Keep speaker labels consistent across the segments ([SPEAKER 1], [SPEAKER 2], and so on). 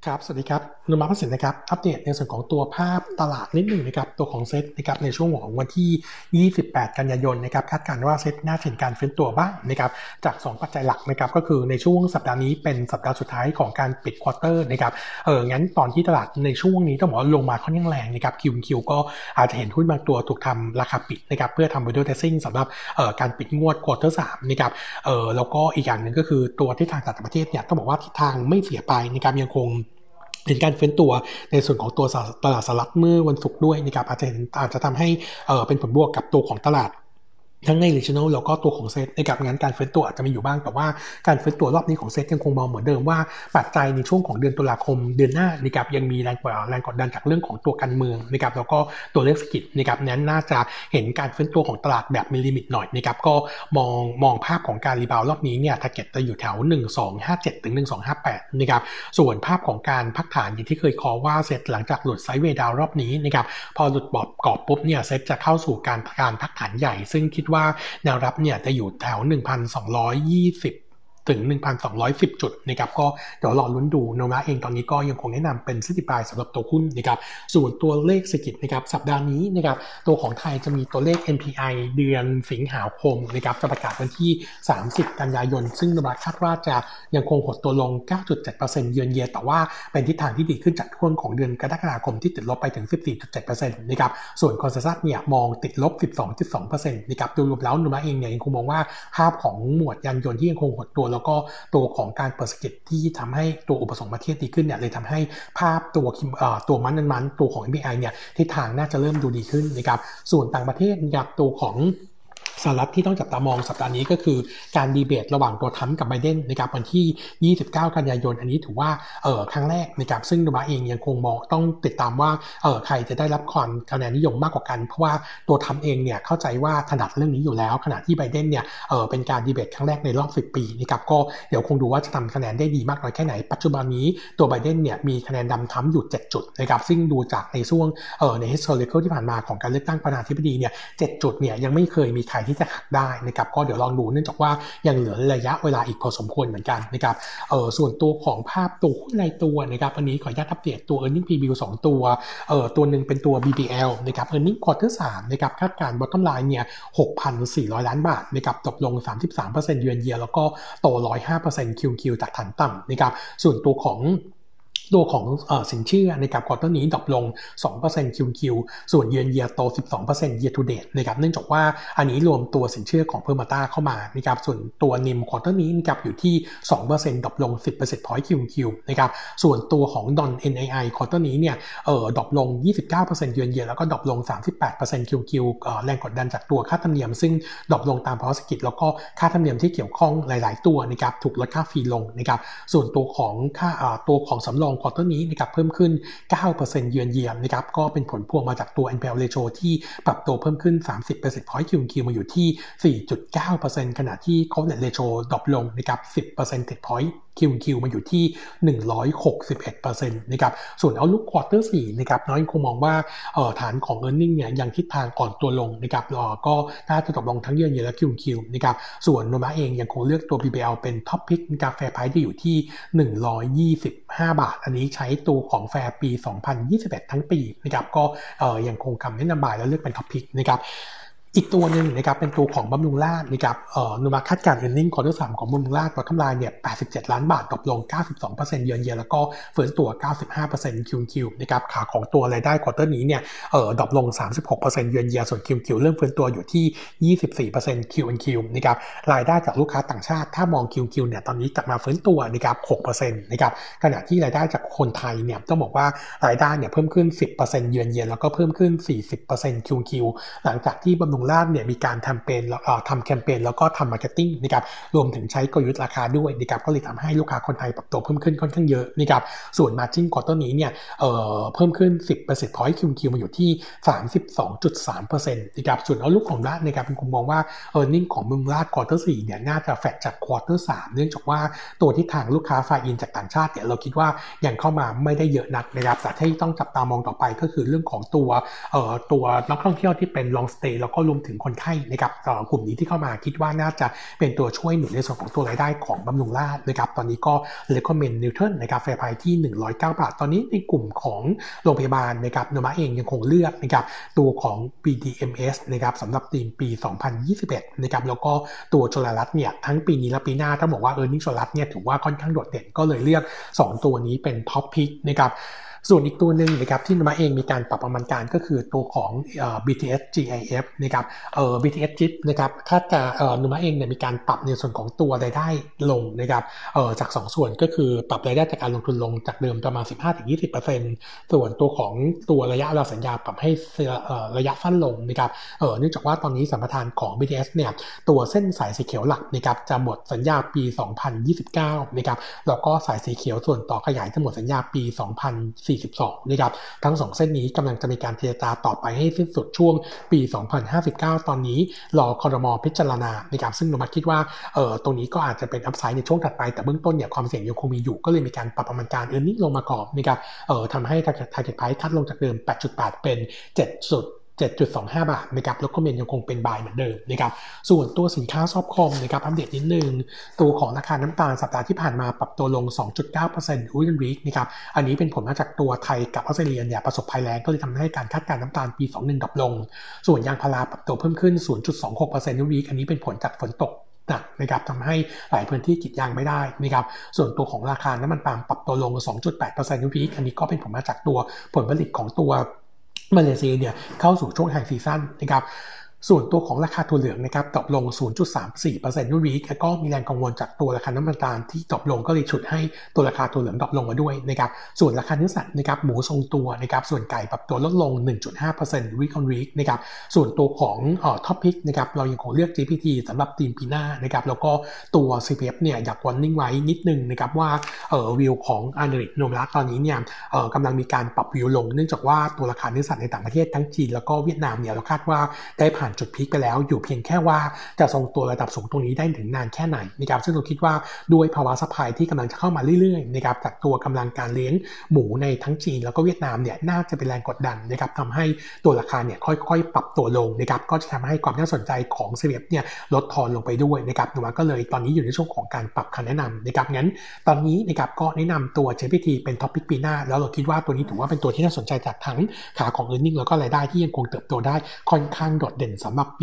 [SPEAKER 1] ครับสวัสดีครับนุมาร์คสินนะครับอัปเดตในส่วนของตัวภาพตลาดนิดหนึ่งนะครับตัวของเซ็ตนะครับในช่วงของวันที่28กันยายนนะครับคาดการณ์ว่าเซ็ตน่าจะเห็นการฟื้นตัวบ้างนะครับจาก2ปัจจัยหลักนะครับก็คือในช่วงสัปดาห์นี้เป็นสัปดาห์สุดท้ายของการปิดควอเตอร์นะครับงั้นตอนที่ตลาดในช่วงนี้ต้องบอกว่าลงมาค่อนข้างแรงนะครับคิวก็อาจจะเห็นหุ้นบางตัวถูกทำราคาปิดนะครับเพื่อทำ window dressing สำหรับการปิดงวดควอเตอร์3นะครับแล้วก็อีกอย่างหนึ่งก็คือตัวทิศทางต่างประเทศเนี่ยต้องบอกว่าทิศทางไม่เสียไปนะครับยังคงเห็นการฟื้นตัวในส่วนของตัวตลาดสหรัฐเมื่อวันศุกร์ด้วยนะครับอาจจะทำให้เป็นผลบวกกับตัวของตลาดทั้งใน regional แล้วก็ตัวของเซตนะครับงั้นการฟื้นตัวอาจจะมีอยู่บ้างแต่ว่าการฟื้นตัวรอบนี้ของเซตยังคงมองเหมือนเดิมว่าปัจจัยในช่วงของเดือนตุลาคมเดือนหน้านะครับยังมีแรงกดดันจากเรื่องของตัวการเมืองนะครับแล้วก็ตัวเลขเศรษฐกิจนะครับนั้นน่าจะเห็นการฟื้นตัวของตลาดแบบมีลิมิตหน่อยนะครับก็มองภาพของการรีบาวรอบนี้เนี่ยทาร์เก็ตจะอยู่แถว1257ถึง1258นะครับส่วนภาพของการพักฐานอย่างที่เคยคอว่าเซตหลังจากหลุดไซด์เวย์ดาวรอบนี้นะครับพอหลุดกรอบปุ๊บเนี่ยเซตจะเข้าสู่การพักฐานใหญ่ซึ่งคิดว่าแนวรับเนี่ยจะอยู่แถว 1,220 ถึง 1,210 จุดนะครับก็เดี๋ยวรอลุ้นดูโนมาเองตอนนี้ก็ยังคงแนะนำเป็นซื้อติดปลายสำหรับตัวหุ้นนะครับส่วนตัวเลขเศรษฐกิจนะครับสัปดาห์นี้นะครับตัวของไทยจะมีตัวเลข NPI เดือนสิงหาคมนะครับจะประกาศวันที่30กันยายนซึ่งโนมาคาดว่าจะยังคงหดตัวลง 9.7% เยือนเยียแต่ว่าเป็นทิศทางที่ดีขึ้นจากช่วงของเดือนกรกฎาคมที่ติดลบไปถึง 14.7% นะครับส่วนคอนเซนแซสเนี่ยมองติดลบ 12.2% นะครับโดยรวมแล้วโนมาเองเนี่ยยังคงมองว่าภาพของหมวดยานยนต์ที่ยังคงหดตัวแล้วก็ตัวของการเปิดเศรษฐกิจที่ทำให้ตัวอุปสงค์ประเทศดีขึ้นเนี่ยเลยทำให้ภาพตัวมันตัวของ MPI เนี่ยทิศทางน่าจะเริ่มดูดีขึ้นนะครับส่วนต่างประเทศนะครับตัวของสหรัฐที่ต้องจับตามองสัปดาห์นี้ก็คือการดีเบตระหว่างตัวทรัมป์กับไบเดนนะครับวันที่29กันยายนอันนี้ถือว่าครั้งแรกนะครับซึ่งโนมาเองยังคงมองต้องติดตามว่าใครจะได้รับความคะแนนนิยมมากกว่ากันเพราะว่าตัวทรัมป์เองเนี่ยเข้าใจว่าถนัดเรื่องนี้อยู่แล้วขณะที่ไบเดนเนี่ยเป็นการดีเบตครั้งแรกในรอบ10ปีนะครับก็เดี๋ยวคงดูว่าจะทำคะแนนได้ดีมากน้อยแค่ไหนปัจจุบันนี้ตัวไบเดนเนี่ยมีคะแนนดำทรัมป์อยู่7จุดนะครับซึ่งดูจากในช่วงใน historical ที่ผ่านมาของการเลือกตั้งประธานาธิบดีเนี่ย7จุดเนี่ยยังไม่เคยมีใครที่จะหักได้นะครับก็เดี๋ยวลองดูเนื่องจากว่ายังเหลือระยะเวลาอีกพอสมควรเหมือนกันนะครับส่วนตัวของภาพตัวหุ้นรายตัวนะครับอันนี้ขออนุญาตอัปเดตตัว earning preview 2ตัวหนึ่งเป็นตัว BBL นะครับ earning quarter 3นะครับคาดการณ์ bottom line เนี่ย 6,400 ล้านบาทนะครับตกลง 33% year-on-year แล้วก็โต 105% QQ จากฐานต่ำนะครับส่วนตัวของสินเชื่อในกับควอเตอร์นี้ดรอปลง 2% QQ ส่วนเยือนเยียโต 12% year to date นะครับเนื่องจากว่าอันนี้รวมตัวสินเชื่อของ Permata เข้ามานะครับส่วนตัว NIM ควอเตอร์นี้นะครับอยู่ที่ 2% ดรอปลง 10% point QQ นะครับส่วนตัวของ Non NII ควอเตอร์นี้เนี่ยดรอปลง 29% เยือนเยียแล้วก็ดรอปลง 38% QQ แรงกดดันจากตัวค่าธรรมเนียมซึ่งดรอปลงตามภาวะเศรษฐกิจแล้วก็ค่าธรรมเนียมที่เกี่ยวข้องหลายๆตัวนะครับถูกลดค่าฟรีลงนะครับส่วนตัวของสำรองควอเตอร์นี้นะครับเพิ่มขึ้น 9%เยือนเยียนะครับ ก็เป็นผลพวงมาจากตัว NPL ratio ที่ปรับตัวเพิ่มขึ้น 30% point QQ มาอยู่ที่ 4.9% ขณะที่ coverage ratio ดรอปลงนะครับ 10% point QQ มาอยู่ที่ 161% นะครับ ส่วน outlook quarter 4นะครับน้อยคงมองว่าฐานของ earning เนี่ยยังทิศทางก่อนตัวลงนะครับก็น่าจะตกลงทั้งเยือนเยียและ QQ นะครับส่วนโนมาเองยังคงเลือกตัว BBL เป็น top pick นะครับ fair price ที่อยู่ที่125 บาทอันนี้ใช้ตัวของแฟร์ปี 2021 ทั้งปีนะครับก็ยังคงคำแนะนำบ่ายแล้วเลือกเป็นท็อปพิกนะครับอีกตัวหนึ่งนะครับเป็นตัวของบำรุงราษฎร์นะครับนุมาคาดการณ์ earning quarter 3ของบำรุงราษฎร์bottom line เนี่ย87ล้านบาทตกลง 92% เยือนเยียแล้วก็เฟื้นตัว 95% QQ นะครับขาของตัวรายได้ quarter นี้เนี่ยดรอปลง 36% เยือนเยียส่วน QQ เริ่มเฟื้นตัวอยู่ที่ 24% QQ นะครับรายได้จากลูกค้าต่างชาติถ้ามอง QQ เนี่ยตอนนี้กลับมาเฟื้นตัวนะครับ 6% นะครับขณะที่รายได้จากคนไทยเนี่ยต้องบอกว่ารายได้เนี่ยเพิ่มขึ้น 10% เยือนเยียแล้วก็เพิ่มขึ้น 40% QQ หลังจากที่บำรุงราษฎร์เนี่ยมีการทำแคมเปญแล้วก็ทำมาร์เก็ตติ้งนะครับรวมถึงใช้กลยุทธ์ราคาด้วยนะครับก็เลยทำให้ลูกค้าคนไทยปรับตัวเพิ่มขึ้นค่อนข้างเยอะนะครับส่วน margin quarter นี้เนี่ยเพิ่มขึ้น 10% point QQ มาอยู่ที่ 32.3% นะครับส่วนเอาลุกของราษฎร์นะครับเป็นคนมองว่า earning ของบำรุงราษฎร์ quarter 4เนี่ยน่าจะแฟกจาก quarter 3เนื่องจากว่าตัวที่ทางลูกค้า fly in จากต่างชาติเนี่ยเราคิดว่ายังเข้ามาไม่ได้เยอะนักนะครับแต่ที่ต้องจับตามองต่อไปก็คือเรื่องของตัวนักท่องเที่ยวที่เป็น long stay แล้วก็รวมถึงคนไข้นะครับกลุ่มนี้ที่เข้ามาคิดว่าน่าจะเป็นตัวช่วยหนุนในส่วนของตัวรายได้ของบำรุงราษฎร์นะครับตอนนี้ก็ recommend Newton นะครับแฟร์ไพรส์ที่109 บาทตอนนี้ในกลุ่มของโรงพยาบาลนะครับโนมาเองยังคงเลือกนะครับตัวของ BDMs นะครับสำหรับทีมปี 2021 นะครับแล้วก็ตัวจุฬารัตน์เนี่ยทั้งปีนี้และปีหน้าต้องบอกว่าearning จุฬารัตน์เนี่ยถือว่าค่อนข้างโดดเด่นก็เลยเลือก2ตัวนี้เป็นท็อปพิกนะครับส่วนอีกตัวหนึ่งนะครับที่มาเองมีการปรับประมาณการก็คือตัวของBTS GIF นะครับBTS GIF นะครับถ้าจะนุมาเองเนี่ยมีการปรับในส่วนของตัวรายได้ลงนะครับจาก2ส่วนก็คือปรับรายได้จากการลงทุนลงจากเดิมประมาณ 15-20% ส่วนตัวของตัวระยะเวลาสัญญาปรับให้ระยะสั้นลงนะครับเนื่องจากว่าตอนนี้สัมปทานของ BTS เนี่ยตัวเส้นสายสีเขียวหลักนะครับจะหมดสัญญาปี 2029 นะครับแล้วก็สายสีเขียวส่วนต่อขยายจะหมดสัญญาปี 2042 นะครับทั้ง2เส้นนี้กำลังจะมีการเจรจาต่อไปให้สิ้นสุดช่วงปี 2059 ตอนนี้รอครม.พิจารณานะครับซึ่งนุมัติคิดว่าตรงนี้ก็อาจจะเป็นอัพไซด์ในช่วงถัดไปแต่เบื้องต้นเนี่ยความเสี่ยงยังคงมีอยู่ก็เลยมีการปรับประมาณการearning ลงมาก่อนนะครับทำให้ target price คัดลงจากเดิม 8.8 เป็น 7.25 บาทนะครับแล้วก็เมนยังคงเป็นบายเหมือนเดิมนะครับส่วนตัวสินค้าซอฟต์คอมนะครับอัปเดตนิดนึงตัวของราคาน้ำตาลสัปดาห์ที่ผ่านมาปรับตัวลง 2.9% week นะครับอันนี้เป็นผลมาจากตัวไทยกับออสเตรเลียเนี่ยประสบภัยแล้งก็เลยทำให้การคาดการณ์น้ำตาลปี 21 ดรอปลงส่วนยางพาราปรับตัวเพิ่มขึ้น 0.26% week อันนี้เป็นผลจากฝนตกหนักนะครับทำให้หลายพื้นที่กรีดยางไม่ได้นะครับส่วนตัวของราคาน้ำมันปาล์มปรับตัวลง 2.8% week อันนี้ก็เป็นผลมาจากตัวผลผลิตของตัวมาเลเซียเนี่ยเข้าสู่ช่วงไฮซีซั่นนะครับส่วนตัวของราคาถั่วเหลืองนะครับตกลง 0.34% รุ่นวีคแล้วก็มีแรงกังวลจากตัวราคาน้ำมันตาลที่ตกลงก็เลยฉุดให้ตัวราคาถั่วเหลืองตกลงมาด้วยนะครับส่วนราคาเนื้อสัตว์นะครับหมูทรงตัวนะครับส่วนไก่ปรับตัวลดลง 1.5% week on week นะครับส่วนตัวของท็อปพิกนะครับเรายังคงเลือก GPT สำหรับทีมปีหน้านะครับแล้วก็ตัว CPF เนี่ยอยากวอร์นิ่งไว้นิดนึงนะครับว่าวิวของอเนริกโนมรัสตอนนี้เนี่ยกำลังมีการปรับวิวลงเนื่องจากว่าตัวราคาเนื้อสัตว์ในต่างประเทศทั้งจีนแล้วก็เวียดนามเนี่ยเราคาดว่าได้ผ่านจุดพีคไปแล้วอยู่เพียงแค่ว่าจะทรงตัวระดับสูงตรงนี้ได้ถึงนานแค่ไหนนะครับซึ่งเราคิดว่าด้วยภาวะซัพพลายที่กำลังจะเข้ามาเรื่อยๆนะครับจากตัวกำลังการเลี้ยงหมูในทั้งจีนแล้วก็เวียดนามเนี่ยน่าจะเป็นแรงกดดันนะครับทำให้ตัวราคาเนี่ยค่อยๆปรับตัวลงนะครับก็จะทำให้ความน่าสนใจของ CPF เนี่ยลดทอนลงไปด้วยนะครับนุก็เลยตอนนี้อยู่ในช่วงของการปรับคำแนะนำนะครับงั้นตอนนี้นะครับก็แนะนำตัว GPT เป็นท็อปพิกปีหน้าแล้วเราคิดว่าตัวนี้ถือว่าเป็นตัวที่น่าสนใจจากทั้งขาของ earning แล้วก็รายได้ที่ยังคงเติบโตได้ค่อนข้างโดดเด่นสำหรับปี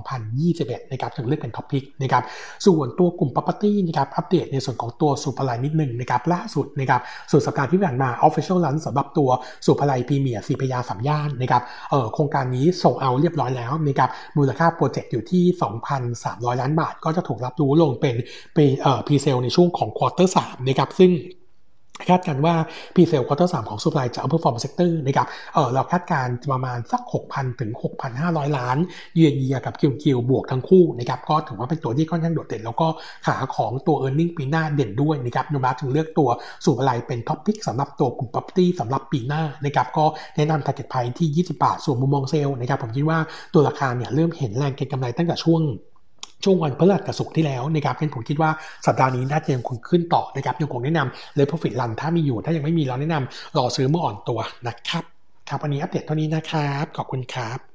[SPEAKER 1] 2021 นะครับถึงเลือกเป็นท็อปพิกนะครับส่วนตัวกลุ่ม property นะครับอัปเดตในส่วนของตัวสุภาลัยนิดนึงนะครับล่าสุดนะครับสุดสัปดาห์ที่ผ่านมา official launch สำหรับตัวสุภาลัยพรีเมียร์สีพญาสามย่านนะครับโครงการนี้ส่งเอาเรียบร้อยแล้วนะครับมูลค่าโปรเจกต์อยู่ที่ 2,300 ล้านบาทก็จะถูกรับรู้ลงเป็นpre-sale ในช่วงของ quarter 3นะครับซึ่งคาดการณ์ว่า pre-sale quarter 3ของ Supply จะ outperform sector นะครับเราคาดการณ์ประมาณสัก 6,000 ถึง 6,500 ล้านเยียกับ QQ บวกทั้งคู่นะครับก็ถือว่าเป็นตัวที่ค่อนข้างโดดเด่นแล้วก็ขาของตัว earning ปีหน้าเด่นด้วยนะครับนุมัติถึงเลือกตัวSupplyเป็น top pick สำหรับตัวกลุ่ม property สำหรับปีหน้านะครับก็แนะนำ target price ที่ 20 บาทส่วนมุมมองเซลล์นะครับผมคิดว่าตัวราคาเนี่ยเริ่มเห็นแรงเก็งกำไรตั้งแต่ช่วงวันพฤหัสกับศุกร์ที่แล้วนะครับงั้นผมคิดว่าสัปดาห์นี้น่าจะยังคงขึ้นต่อนะครับยังคงแนะนำเลย profit run ถ้ามีอยู่ถ้ายังไม่มีเราแนะนำรอซื้อเมื่ออ่อนตัวนะครับครับวันนี้อัปเดตเท่านี้นะครับขอบคุณครับ